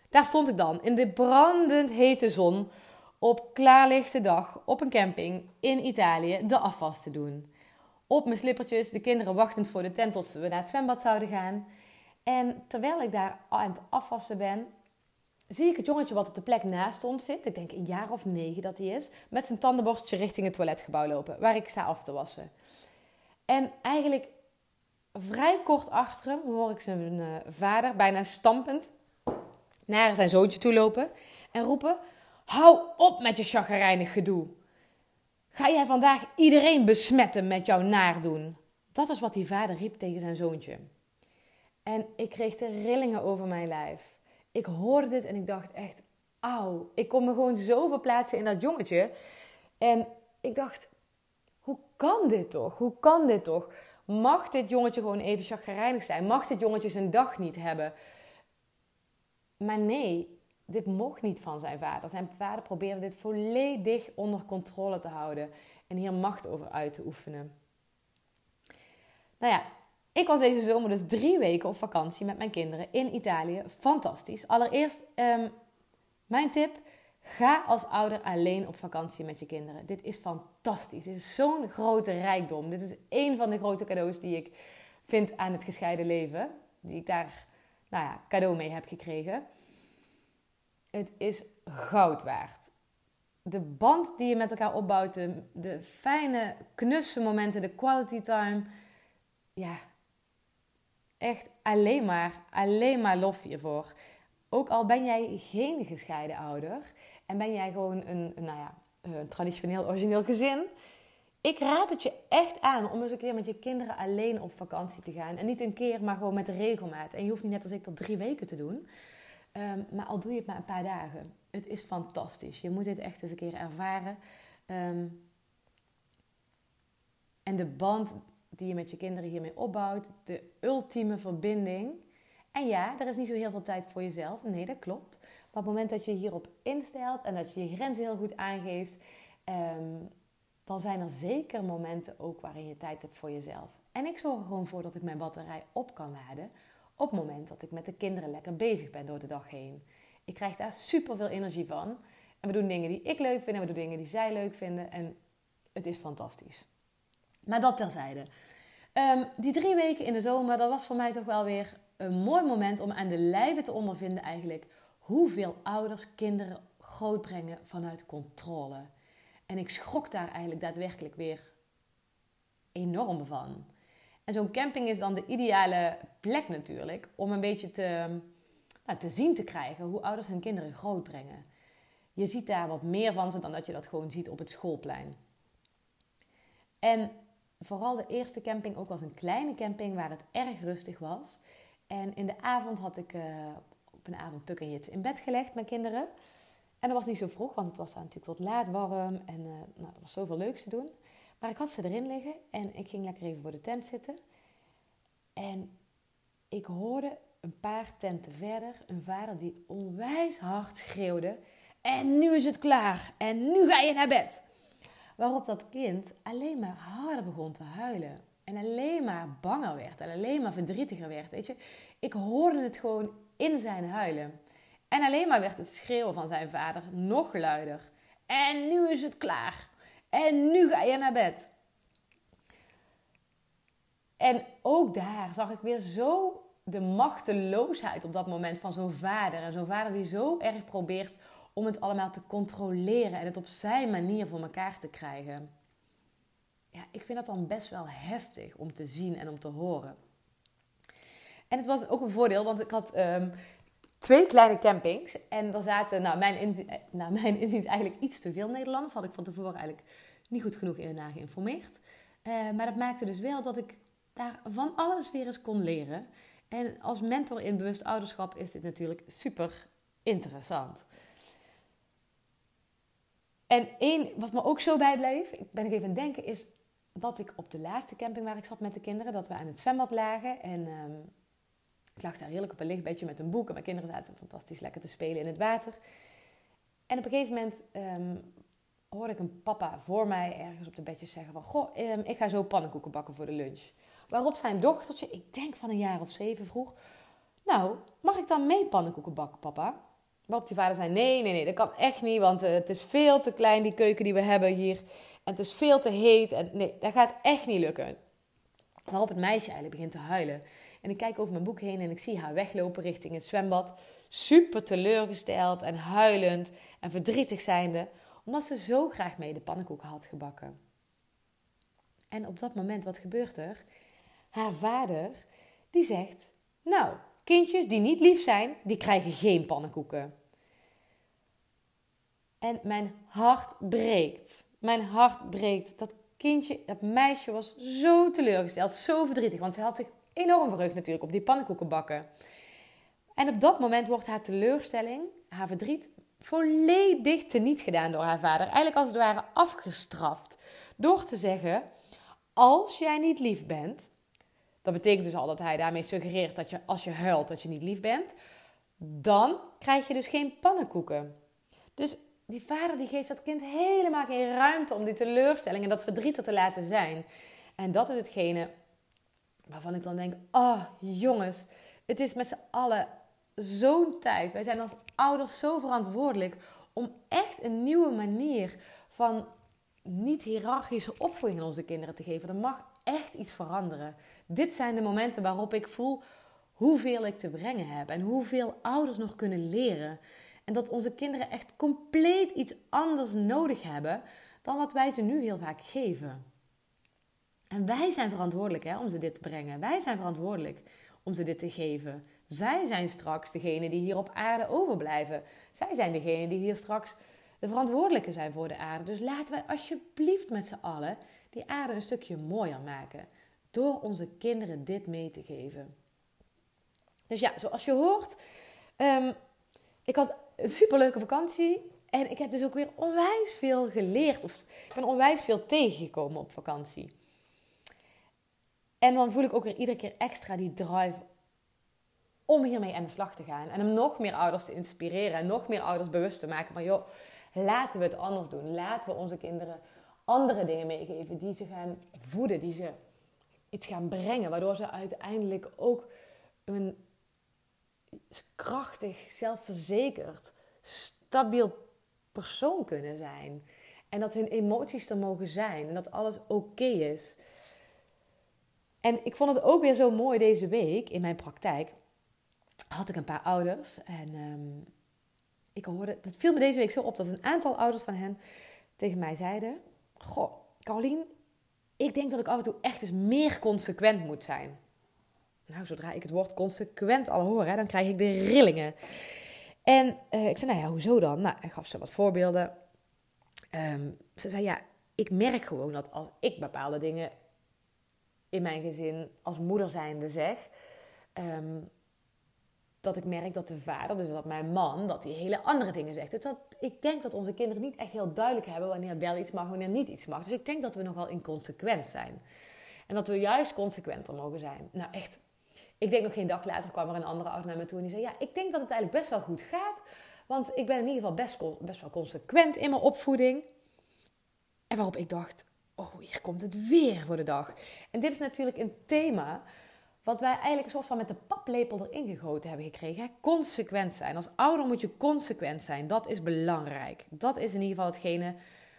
Daar stond ik dan in de brandend hete zon op klaarlichte dag op een camping in Italië de afwas te doen. Op mijn slippertjes, de kinderen wachtend voor de tent tot we naar het zwembad zouden gaan. En terwijl ik daar aan het afwassen ben, zie ik het jongetje wat op de plek naast ons zit. Ik denk een jaar of 9 dat hij is. Met zijn tandenborsteltje richting het toiletgebouw lopen. Waar ik sta af te wassen. En eigenlijk vrij kort achter hem hoor ik zijn vader bijna stampend naar zijn zoontje toe lopen. En roepen: hou op met je chagrijnig gedoe. Ga jij vandaag iedereen besmetten met jouw naardoen? Dat is wat die vader riep tegen zijn zoontje. En ik kreeg de rillingen over mijn lijf. Ik hoorde dit en ik dacht echt, auw. Ik kon me gewoon zo verplaatsen in dat jongetje. En ik dacht, hoe kan dit toch? Hoe kan dit toch? Mag dit jongetje gewoon even chagrijnig zijn? Mag dit jongetje zijn dag niet hebben? Maar nee, dit mocht niet van zijn vader. Zijn vader probeerde dit volledig onder controle te houden. En hier macht over uit te oefenen. Nou ja, ik was deze zomer dus 3 weken op vakantie met mijn kinderen in Italië. Fantastisch. Allereerst, mijn tip: ga als ouder alleen op vakantie met je kinderen. Dit is fantastisch. Dit is zo'n grote rijkdom. Dit is één van de grote cadeaus die ik vind aan het gescheiden leven. Die ik daar cadeau mee heb gekregen. Het is goud waard. De band die je met elkaar opbouwt, de fijne, knusse momenten, de quality time. Ja, echt alleen maar lof hiervoor. Ook al ben jij geen gescheiden ouder en ben jij gewoon een traditioneel, origineel gezin. Ik raad het je echt aan om eens een keer met je kinderen alleen op vakantie te gaan. En niet een keer, maar gewoon met regelmaat. En je hoeft niet net als ik dat 3 weken te doen. Maar al doe je het maar een paar dagen. Het is fantastisch. Je moet dit echt eens een keer ervaren. En de band die je met je kinderen hiermee opbouwt. De ultieme verbinding. En ja, er is niet zo heel veel tijd voor jezelf. Nee, dat klopt. Maar op het moment dat je hierop instelt en dat je je grenzen heel goed aangeeft, dan zijn er zeker momenten ook waarin je tijd hebt voor jezelf. En ik zorg er gewoon voor dat ik mijn batterij op kan laden op het moment dat ik met de kinderen lekker bezig ben door de dag heen. Ik krijg daar super veel energie van. En we doen dingen die ik leuk vind en we doen dingen die zij leuk vinden. En het is fantastisch. Maar dat terzijde. Die 3 weken in de zomer, dat was voor mij toch wel weer een mooi moment om aan de lijve te ondervinden eigenlijk hoeveel ouders kinderen grootbrengen vanuit controle. En ik schrok daar eigenlijk daadwerkelijk weer enorm van. En zo'n camping is dan de ideale plek natuurlijk om een beetje te zien te krijgen hoe ouders hun kinderen grootbrengen. Je ziet daar wat meer van ze dan dat je dat gewoon ziet op het schoolplein. En vooral de eerste camping ook was een kleine camping waar het erg rustig was. En in de avond had ik op een avond Puk en Jits in bed gelegd met kinderen. En dat was niet zo vroeg, want het was daar natuurlijk tot laat warm. En er was zoveel leuks te doen. Maar ik had ze erin liggen en ik ging lekker even voor de tent zitten. En ik hoorde een paar tenten verder een vader die onwijs hard schreeuwde: en nu is het klaar en nu ga je naar bed. Waarop dat kind alleen maar harder begon te huilen. En alleen maar banger werd en alleen maar verdrietiger werd. Weet je? Ik hoorde het gewoon in zijn huilen. En alleen maar werd het schreeuwen van zijn vader nog luider. En nu is het klaar. En nu ga je naar bed. En ook daar zag ik weer zo de machteloosheid op dat moment van zo'n vader. En zo'n vader die zo erg probeert om het allemaal te controleren en het op zijn manier voor elkaar te krijgen. Ja, ik vind dat dan best wel heftig om te zien en om te horen. En het was ook een voordeel, want ik had 2 kleine campings. En er zaten, naar mijn inziens eigenlijk iets te veel Nederlanders. Had ik van tevoren eigenlijk niet goed genoeg naar geïnformeerd. Maar dat maakte dus wel dat ik daar van alles weer eens kon leren. En als mentor in bewust ouderschap is dit natuurlijk super interessant. En wat me ook zo bijbleef, ik ben nog even aan het denken, is dat ik op de laatste camping waar ik zat met de kinderen, dat we aan het zwembad lagen. En ik lag daar heerlijk op een lichtbedje met een boek. En mijn kinderen zaten fantastisch lekker te spelen in het water. En op een gegeven moment hoorde ik een papa voor mij ergens op de bedjes zeggen van: goh, ik ga zo pannenkoeken bakken voor de lunch. Waarop zijn dochtertje, ik denk van een jaar of 7, vroeg: nou, mag ik dan mee pannenkoeken bakken, papa? Waarop die vader zei, nee, dat kan echt niet. Want het is veel te klein, die keuken die we hebben hier. En het is veel te heet. En nee, dat gaat echt niet lukken. Waarop het meisje eigenlijk begint te huilen. En ik kijk over mijn boek heen en ik zie haar weglopen richting het zwembad. Super teleurgesteld en huilend en verdrietig zijnde. Omdat ze zo graag mee de pannenkoeken had gebakken. En op dat moment, wat gebeurt er? Haar vader, die zegt, nou, kindjes die niet lief zijn, die krijgen geen pannenkoeken. En mijn hart breekt. Mijn hart breekt. Dat kindje, dat meisje was zo teleurgesteld, zo verdrietig. Want ze had zich enorm verheugd natuurlijk op die pannenkoeken bakken. En op dat moment wordt haar teleurstelling, haar verdriet, volledig teniet gedaan door haar vader. Eigenlijk als het ware afgestraft. Door te zeggen, als jij niet lief bent, dat betekent dus al dat hij daarmee suggereert dat je als je huilt dat je niet lief bent, dan krijg je dus geen pannenkoeken. Dus die vader die geeft dat kind helemaal geen ruimte om die teleurstelling en dat verdriet er te laten zijn. En dat is hetgene waarvan ik dan denk, oh jongens, het is met z'n allen zo'n tijd. Wij zijn als ouders zo verantwoordelijk om echt een nieuwe manier van niet-hiërarchische opvoeding aan onze kinderen te geven. Er mag echt iets veranderen. Dit zijn de momenten waarop ik voel hoeveel ik te brengen heb en hoeveel ouders nog kunnen leren. En dat onze kinderen echt compleet iets anders nodig hebben dan wat wij ze nu heel vaak geven. En wij zijn verantwoordelijk om ze dit te brengen. Wij zijn verantwoordelijk om ze dit te geven. Zij zijn straks degene die hier op aarde overblijven. Zij zijn degene die hier straks de verantwoordelijke zijn voor de aarde. Dus laten wij alsjeblieft met z'n allen die aarde een stukje mooier maken. Door onze kinderen dit mee te geven. Dus ja, zoals je hoort, ik had een superleuke vakantie. En ik heb dus ook weer onwijs veel geleerd. Of ik ben onwijs veel tegengekomen op vakantie. En dan voel ik ook weer iedere keer extra die drive om hiermee aan de slag te gaan. En om nog meer ouders te inspireren. En nog meer ouders bewust te maken van, joh, laten we het anders doen. Laten we onze kinderen andere dingen meegeven. Die ze gaan voeden. Die ze iets gaan brengen. Waardoor ze uiteindelijk ook een krachtig, zelfverzekerd, stabiel persoon kunnen zijn. En dat hun emoties er mogen zijn. En dat alles oké is. En ik vond het ook weer zo mooi deze week in mijn praktijk. Had ik een paar ouders. En ik hoorde, het viel me deze week zo op dat een aantal ouders van hen tegen mij zeiden: goh, Carolien, ik denk dat ik af en toe echt eens meer consequent moet zijn. Nou, zodra ik het woord consequent al hoor, dan krijg ik de rillingen. En ik zei, nou ja, hoezo dan? Nou, ik gaf ze wat voorbeelden. Ze zei, ja, ik merk gewoon dat als ik bepaalde dingen in mijn gezin als moeder zijnde zeg, dat ik merk dat de vader, dus dat mijn man, dat hij hele andere dingen zegt. Dus ik denk dat onze kinderen niet echt heel duidelijk hebben wanneer wel iets mag, wanneer niet iets mag. Dus ik denk dat we nogal inconsequent zijn. En dat we juist consequenter mogen zijn. Nou echt, ik denk nog geen dag later kwam er een andere ouder naar me toe en die zei, ja, ik denk dat het eigenlijk best wel goed gaat. Want ik ben in ieder geval best wel consequent in mijn opvoeding. En waarop ik dacht, oh, hier komt het weer voor de dag. En dit is natuurlijk een thema wat wij eigenlijk een soort van met de paplepel erin gegoten hebben gekregen. Hè? Consequent zijn. Als ouder moet je consequent zijn. Dat is belangrijk. Dat is in ieder geval hetgene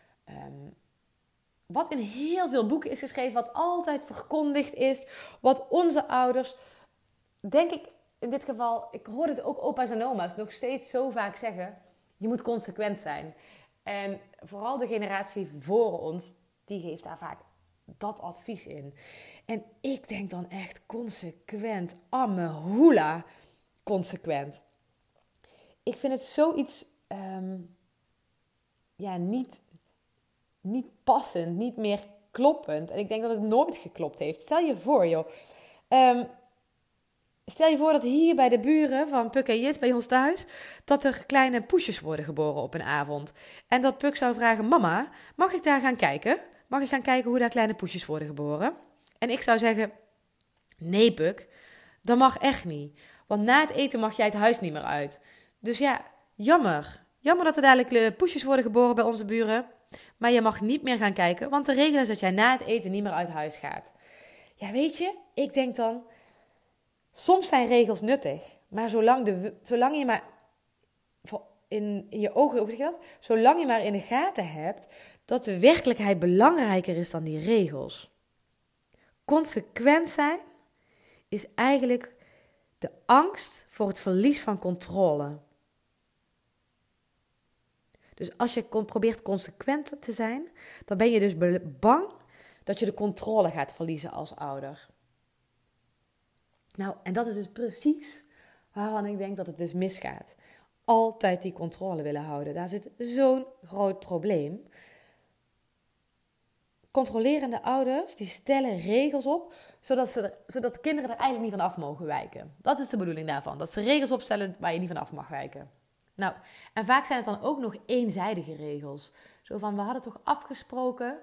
wat in heel veel boeken is geschreven. Wat altijd verkondigd is. Wat onze ouders, denk ik in dit geval, ik hoor het ook opa's en oma's nog steeds zo vaak zeggen. Je moet consequent zijn. En vooral de generatie voor ons, die geeft daar vaak dat advies in. En ik denk dan echt consequent, ammehula, consequent. Ik vind het zoiets, niet passend, niet meer kloppend. En ik denk dat het nooit geklopt heeft. Stel je voor, joh. Stel je voor dat hier bij de buren van Puk en Jis bij ons thuis, dat er kleine poesjes worden geboren op een avond. En dat Puk zou vragen, mama, mag ik daar gaan kijken? Mag ik gaan kijken hoe daar kleine poesjes worden geboren? En ik zou zeggen, nee Puk, dat mag echt niet. Want na het eten mag jij het huis niet meer uit. Dus ja, jammer. Jammer dat er dadelijk poesjes worden geboren bij onze buren. Maar je mag niet meer gaan kijken, want de regel is dat jij na het eten niet meer uit huis gaat. Ja, weet je, ik denk dan, soms zijn regels nuttig. Maar zolang je maar in je ogen, hoe zeg je dat? Zolang je maar in de gaten hebt dat de werkelijkheid belangrijker is dan die regels. Consequent zijn is eigenlijk de angst voor het verlies van controle. Dus als je probeert consequent te zijn, dan ben je dus bang dat je de controle gaat verliezen als ouder. Nou, en dat is dus precies waarvan ik denk dat het dus misgaat. Altijd die controle willen houden. Daar zit zo'n groot probleem. Controlerende ouders die stellen regels op, zodat kinderen er eigenlijk niet van af mogen wijken. Dat is de bedoeling daarvan. Dat ze regels opstellen waar je niet van af mag wijken. Nou, en vaak zijn het dan ook nog eenzijdige regels. Zo van, we hadden toch afgesproken.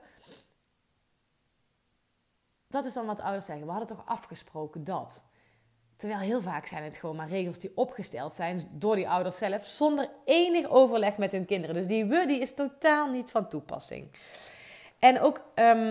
Dat is dan wat ouders zeggen. We hadden toch afgesproken dat. Terwijl heel vaak zijn het gewoon maar regels die opgesteld zijn door die ouders zelf, zonder enig overleg met hun kinderen. Dus die is totaal niet van toepassing. En ook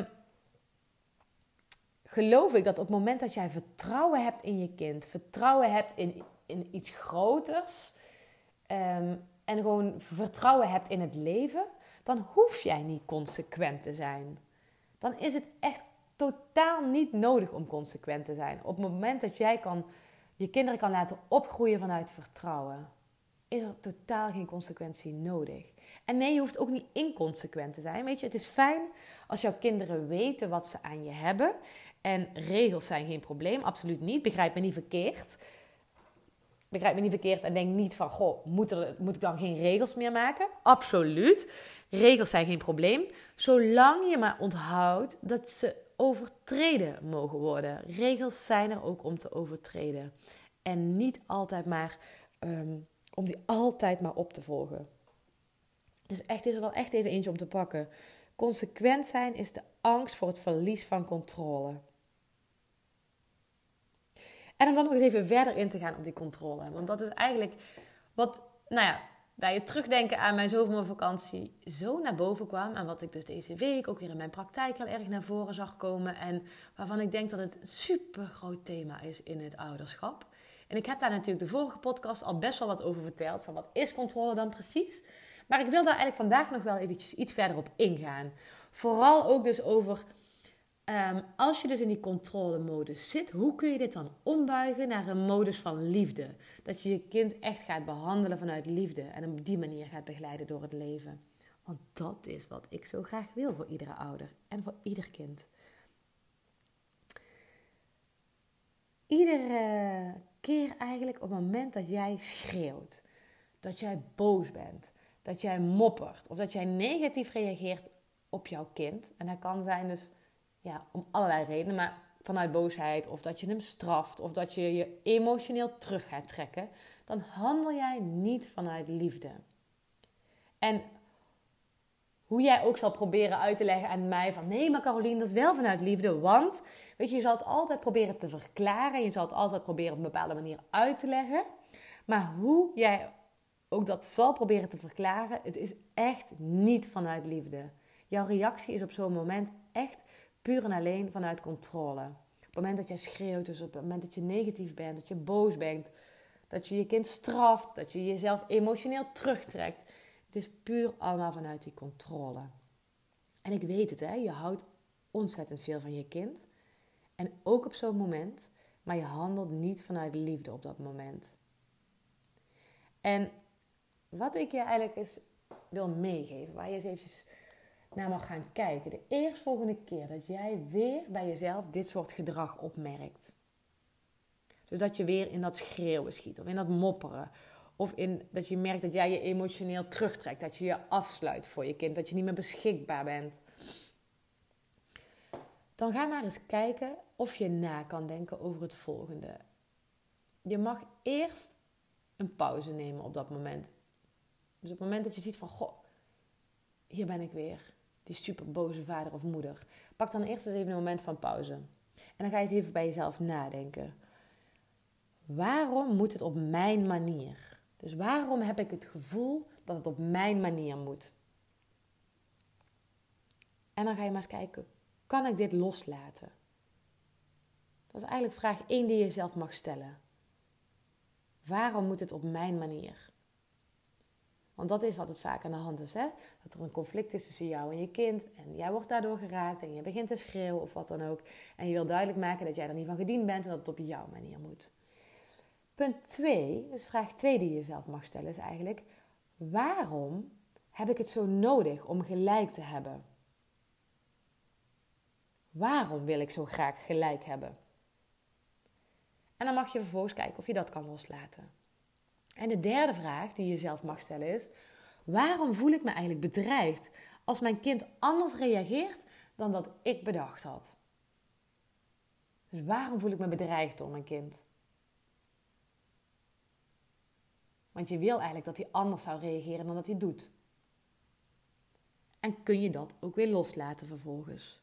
geloof ik dat op het moment dat jij vertrouwen hebt in je kind, vertrouwen hebt in iets groters, en gewoon vertrouwen hebt in het leven, dan hoef jij niet consequent te zijn. Dan is het echt totaal niet nodig om consequent te zijn. Op het moment dat jij je kinderen kan laten opgroeien vanuit vertrouwen, is er totaal geen consequentie nodig. En nee, je hoeft ook niet inconsequent te zijn. Weet je, het is fijn als jouw kinderen weten wat ze aan je hebben. En regels zijn geen probleem, absoluut niet. Begrijp me niet verkeerd. En denk niet van, goh, moet ik dan geen regels meer maken? Absoluut. Regels zijn geen probleem. Zolang je maar onthoudt dat ze overtreden mogen worden. Regels zijn er ook om te overtreden. En niet altijd maar om die altijd maar op te volgen. Dus echt is er wel echt even eentje om te pakken. Consequent zijn is de angst voor het verlies van controle. En om dan nog eens even verder in te gaan op die controle. Want dat is eigenlijk wat, bij het terugdenken aan mijn zomervakantie zo naar boven kwam. En wat ik dus deze week ook weer in mijn praktijk heel erg naar voren zag komen. En waarvan ik denk dat het een super groot thema is in het ouderschap. En ik heb daar natuurlijk de vorige podcast al best wel wat over verteld. Van wat is controle dan precies? Maar ik wil daar eigenlijk vandaag nog wel eventjes iets verder op ingaan. Vooral ook dus over, als je dus in die controlemodus zit, hoe kun je dit dan ombuigen naar een modus van liefde? Dat je je kind echt gaat behandelen vanuit liefde en op die manier gaat begeleiden door het leven. Want dat is wat ik zo graag wil voor iedere ouder en voor ieder kind. Iedere keer eigenlijk op het moment dat jij schreeuwt, dat jij boos bent, dat jij moppert of dat jij negatief reageert op jouw kind. En dat kan zijn dus om allerlei redenen, maar vanuit boosheid of dat je hem straft of dat je je emotioneel terug gaat trekken, dan handel jij niet vanuit liefde. En hoe jij ook zal proberen uit te leggen aan mij van nee, maar Carolien, dat is wel vanuit liefde, want weet je zal het altijd proberen te verklaren, je zal het altijd proberen op een bepaalde manier uit te leggen, maar hoe jij ook dat zal proberen te verklaren, het is echt niet vanuit liefde. Jouw reactie is op zo'n moment echt puur en alleen vanuit controle. Op het moment dat jij schreeuwt, dus op het moment dat je negatief bent, dat je boos bent, dat je je kind straft, dat je jezelf emotioneel terugtrekt. Het is puur allemaal vanuit die controle. En ik weet het, je houdt ontzettend veel van je kind. En ook op zo'n moment, maar je handelt niet vanuit liefde op dat moment. En wat ik je eigenlijk eens wil meegeven, waar je eens eventjes naar mag gaan kijken. De eerstvolgende keer dat jij weer bij jezelf dit soort gedrag opmerkt. Dus dat je weer in dat schreeuwen schiet of in dat mopperen. Of in dat je merkt dat jij je emotioneel terugtrekt. Dat je je afsluit voor je kind. Dat je niet meer beschikbaar bent. Dan ga maar eens kijken of je na kan denken over het volgende. Je mag eerst een pauze nemen op dat moment. Dus op het moment dat je ziet van, goh, hier ben ik weer. Die superboze vader of moeder. Pak dan eerst eens even een moment van pauze. En dan ga je eens even bij jezelf nadenken. Waarom moet het op mijn manier? Dus waarom heb ik het gevoel dat het op mijn manier moet? En dan ga je maar eens kijken, kan ik dit loslaten? Dat is eigenlijk vraag 1 die je jezelf mag stellen. Waarom moet het op mijn manier? Want dat is wat het vaak aan de hand is. Hè? Dat er een conflict is tussen jou en je kind. En jij wordt daardoor geraakt en je begint te schreeuwen of wat dan ook. En je wil duidelijk maken dat jij er niet van gediend bent en dat het op jouw manier moet. Punt 2, dus vraag 2 die je jezelf mag stellen is eigenlijk: waarom heb ik het zo nodig om gelijk te hebben? Waarom wil ik zo graag gelijk hebben? En dan mag je vervolgens kijken of je dat kan loslaten. En de derde vraag die je jezelf mag stellen is: waarom voel ik me eigenlijk bedreigd als mijn kind anders reageert dan dat ik bedacht had? Dus waarom voel ik me bedreigd door mijn kind? Want je wil eigenlijk dat hij anders zou reageren dan dat hij doet. En kun je dat ook weer loslaten vervolgens?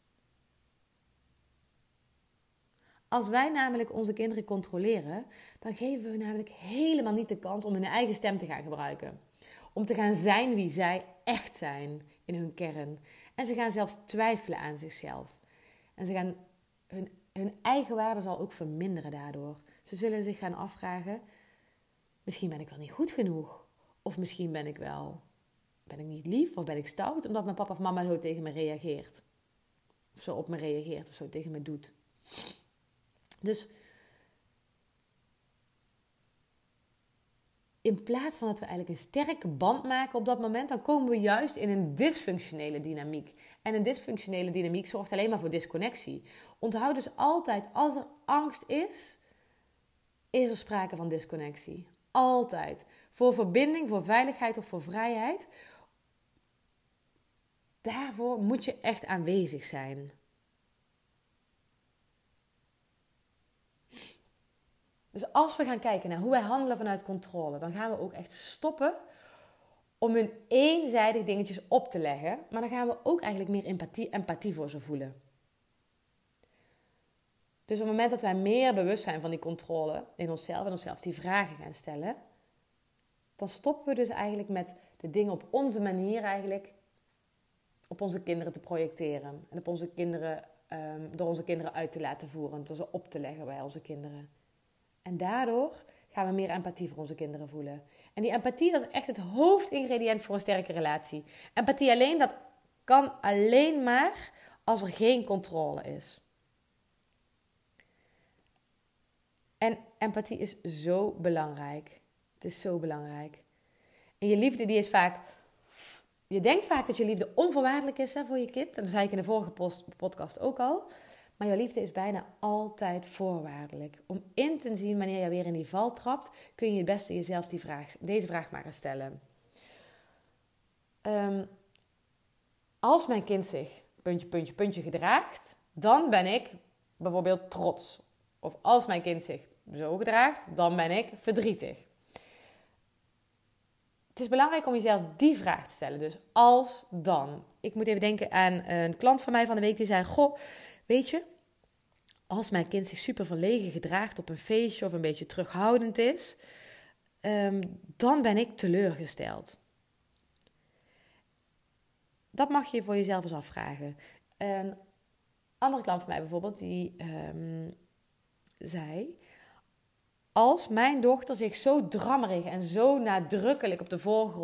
Als wij namelijk onze kinderen controleren, dan geven we namelijk helemaal niet de kans om hun eigen stem te gaan gebruiken. Om te gaan zijn wie zij echt zijn in hun kern. En ze gaan zelfs twijfelen aan zichzelf. En ze gaan hun eigen waarde zal ook verminderen daardoor. Ze zullen zich gaan afvragen: misschien ben ik wel niet goed genoeg. Of misschien ben ik niet lief of ben ik stout omdat mijn papa of mama zo tegen me reageert. Of zo op me reageert of zo tegen me doet. Dus in plaats van dat we eigenlijk een sterke band maken op dat moment, dan komen we juist in een dysfunctionele dynamiek. En een dysfunctionele dynamiek zorgt alleen maar voor disconnectie. Onthoud dus altijd, als er angst is er sprake van disconnectie. Altijd. Voor verbinding, voor veiligheid of voor vrijheid. Daarvoor moet je echt aanwezig zijn. Dus als we gaan kijken naar hoe wij handelen vanuit controle, dan gaan we ook echt stoppen om hun eenzijdig dingetjes op te leggen. Maar dan gaan we ook eigenlijk meer empathie voor ze voelen. Dus op het moment dat wij meer bewust zijn van die controle in onszelf en onszelf die vragen gaan stellen, dan stoppen we dus eigenlijk met de dingen op onze manier eigenlijk op onze kinderen te projecteren. En op onze kinderen, door onze kinderen uit te laten voeren, door ze op te leggen bij onze kinderen. En daardoor gaan we meer empathie voor onze kinderen voelen. En die empathie, dat is echt het hoofdingrediënt voor een sterke relatie. Empathie alleen, dat kan alleen maar als er geen controle is. En empathie is zo belangrijk. Het is zo belangrijk. En je liefde, die is vaak... Je denkt vaak dat je liefde onvoorwaardelijk is voor je kind. En dat zei ik in de vorige podcast ook al. Maar je liefde is bijna altijd voorwaardelijk. Om in te zien wanneer je weer in die val trapt, kun je het beste jezelf deze vraag maar eens stellen. Als mijn kind zich puntje gedraagt, dan ben ik bijvoorbeeld trots. Of als mijn kind zich zo gedraagt, dan ben ik verdrietig. Het is belangrijk om jezelf die vraag te stellen. Dus als dan. Ik moet even denken aan een klant van mij van de week die zei: goh, weet je, als mijn kind zich super verlegen gedraagt op een feestje of een beetje terughoudend is, dan ben ik teleurgesteld. Dat mag je voor jezelf eens afvragen. Een andere klant van mij bijvoorbeeld, die zei: als mijn dochter zich zo drammerig en zo nadrukkelijk op de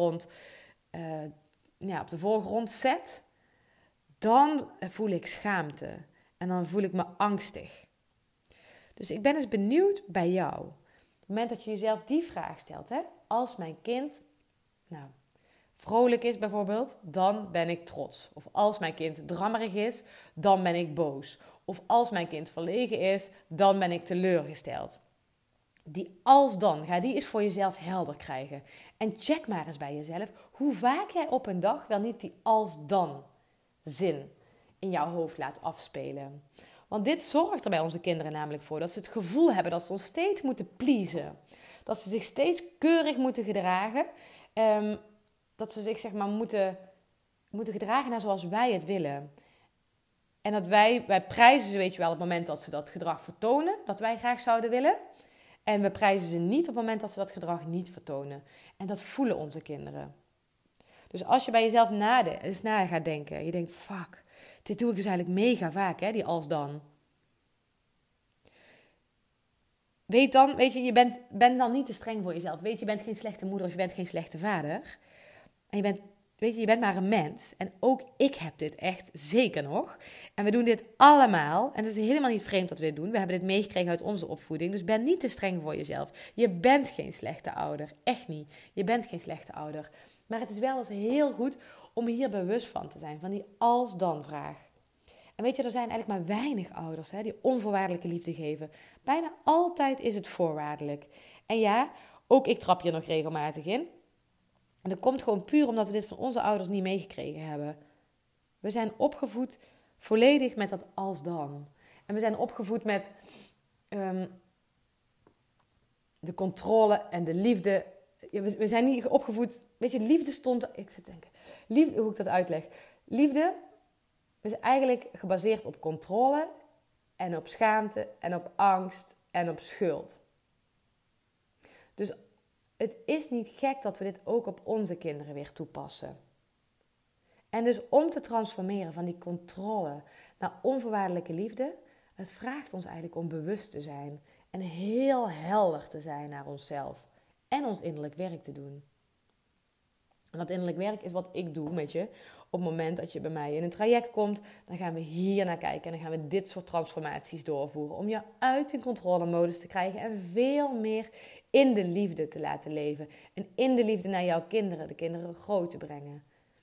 voorgrond zet, dan voel ik schaamte. En dan voel ik me angstig. Dus ik ben eens benieuwd bij jou. Op het moment dat je jezelf die vraag stelt. Als mijn kind vrolijk is bijvoorbeeld, dan ben ik trots. Of als mijn kind drammerig is, dan ben ik boos. Of als mijn kind verlegen is, dan ben ik teleurgesteld. Die als dan, ga die eens voor jezelf helder krijgen. En check maar eens bij jezelf hoe vaak jij op een dag wel niet die als dan zin in jouw hoofd laat afspelen. Want dit zorgt er bij onze kinderen namelijk voor dat ze het gevoel hebben dat ze ons steeds moeten pleasen. Dat ze zich steeds keurig moeten gedragen. Dat ze zich moeten gedragen naar zoals wij het willen. En dat wij prijzen ze, weet je wel, op het moment dat ze dat gedrag vertonen, dat wij graag zouden willen. En we prijzen ze niet op het moment dat ze dat gedrag niet vertonen. En dat voelen onze kinderen. Dus als je bij jezelf eens na gaat denken. Je denkt, fuck, dit doe ik dus eigenlijk mega vaak, die als dan. Weet je bent dan niet te streng voor jezelf. Weet je bent geen slechte moeder of je bent geen slechte vader. En je bent maar een mens. En ook ik heb dit echt zeker nog. En we doen dit allemaal. En het is helemaal niet vreemd dat we dit doen. We hebben dit meegekregen uit onze opvoeding. Dus ben niet te streng voor jezelf. Je bent geen slechte ouder. Echt niet. Je bent geen slechte ouder. Maar het is wel eens heel goed om hier bewust van te zijn. Van die als-dan vraag. En weet je, er zijn eigenlijk maar weinig ouders die onvoorwaardelijke liefde geven. Bijna altijd is het voorwaardelijk. En ja, ook ik trap hier nog regelmatig in. En dat komt gewoon puur omdat we dit van onze ouders niet meegekregen hebben. We zijn opgevoed volledig met dat als dan. En we zijn opgevoed met de controle en de liefde. We zijn niet opgevoed. Weet je, liefde stond. Ik zit te denken. Liefde, hoe ik dat uitleg. Liefde is eigenlijk gebaseerd op controle en op schaamte en op angst en op schuld. Dus het is niet gek dat we dit ook op onze kinderen weer toepassen. En dus om te transformeren van die controle naar onvoorwaardelijke liefde, het vraagt ons eigenlijk om bewust te zijn en heel helder te zijn naar onszelf en ons innerlijk werk te doen. En dat innerlijk werk is wat ik doe met je. Op het moment dat je bij mij in een traject komt, dan gaan we hier naar kijken en dan gaan we dit soort transformaties doorvoeren. Om je uit die controlemodus te krijgen en veel meer in de liefde te laten leven. En in de liefde naar jouw kinderen, de kinderen groot te brengen.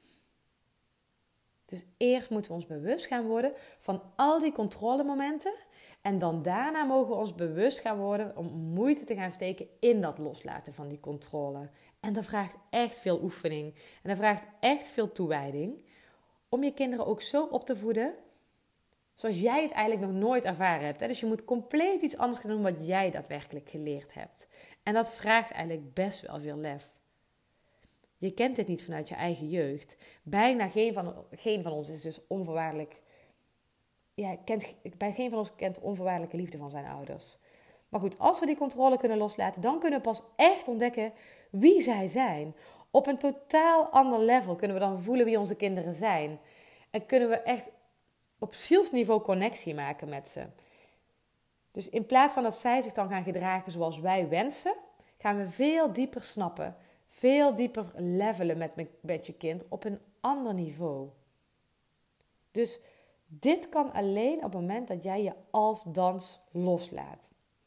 Dus eerst moeten we ons bewust gaan worden van al die controlemomenten. En dan daarna mogen we ons bewust gaan worden om moeite te gaan steken in dat loslaten van die controle. En dat vraagt echt veel oefening. En dat vraagt echt veel toewijding. Om je kinderen ook zo op te voeden zoals jij het eigenlijk nog nooit ervaren hebt. Dus je moet compleet iets anders gaan doen wat jij daadwerkelijk geleerd hebt. En dat vraagt eigenlijk best wel veel lef. Je kent dit niet vanuit je eigen jeugd. Bijna geen van ons is dus onvoorwaardelijk. Ja, geen van ons kent onvoorwaardelijke liefde van zijn ouders. Maar goed, als we die controle kunnen loslaten, dan kunnen we pas echt ontdekken wie zij zijn. Op een totaal ander level kunnen we dan voelen wie onze kinderen zijn. En kunnen we echt op zielsniveau connectie maken met ze. Dus in plaats van dat zij zich dan gaan gedragen zoals wij wensen, gaan we veel dieper snappen. Veel dieper levelen met je kind op een ander niveau. Dus dit kan alleen op het moment dat jij je als dans loslaat.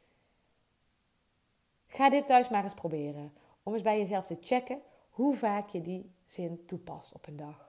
Ga dit thuis maar eens proberen. Om eens bij jezelf te checken hoe vaak je die zin toepast op een dag.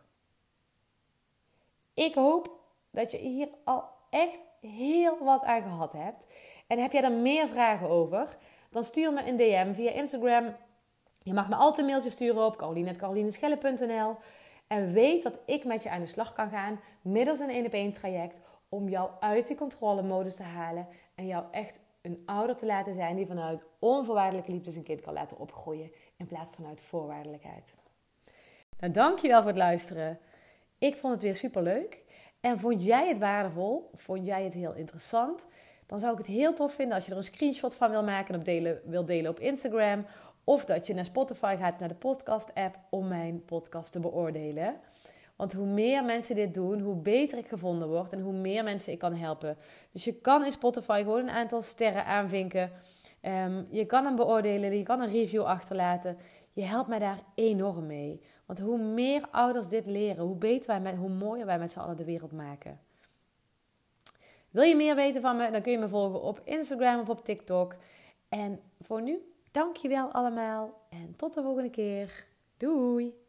Ik hoop dat je hier al echt heel wat aan gehad hebt. En heb jij er meer vragen over, dan stuur me een DM via Instagram. Je mag me altijd een mailtje sturen op caroline@carolineschelle.nl. En weet dat ik met je aan de slag kan gaan middels een 1-op-1 traject om jou uit die controlemodus te halen en jou echt een ouder te laten zijn die vanuit onvoorwaardelijke liefde zijn kind kan laten opgroeien in plaats van vanuit voorwaardelijkheid. Nou, dankjewel voor het luisteren. Ik vond het weer superleuk. En vond jij het waardevol? Vond jij het heel interessant? Dan zou ik het heel tof vinden als je er een screenshot van wil maken en wil delen op Instagram. Of dat je naar Spotify gaat, naar de podcast-app, om mijn podcast te beoordelen. Want hoe meer mensen dit doen, hoe beter ik gevonden word en hoe meer mensen ik kan helpen. Dus je kan in Spotify gewoon een aantal sterren aanvinken. Je kan hem beoordelen, je kan een review achterlaten. Je helpt mij daar enorm mee. Want hoe meer ouders dit leren, hoe mooier wij met z'n allen de wereld maken. Wil je meer weten van me, dan kun je me volgen op Instagram of op TikTok. En voor nu, dankjewel allemaal en tot de volgende keer. Doei!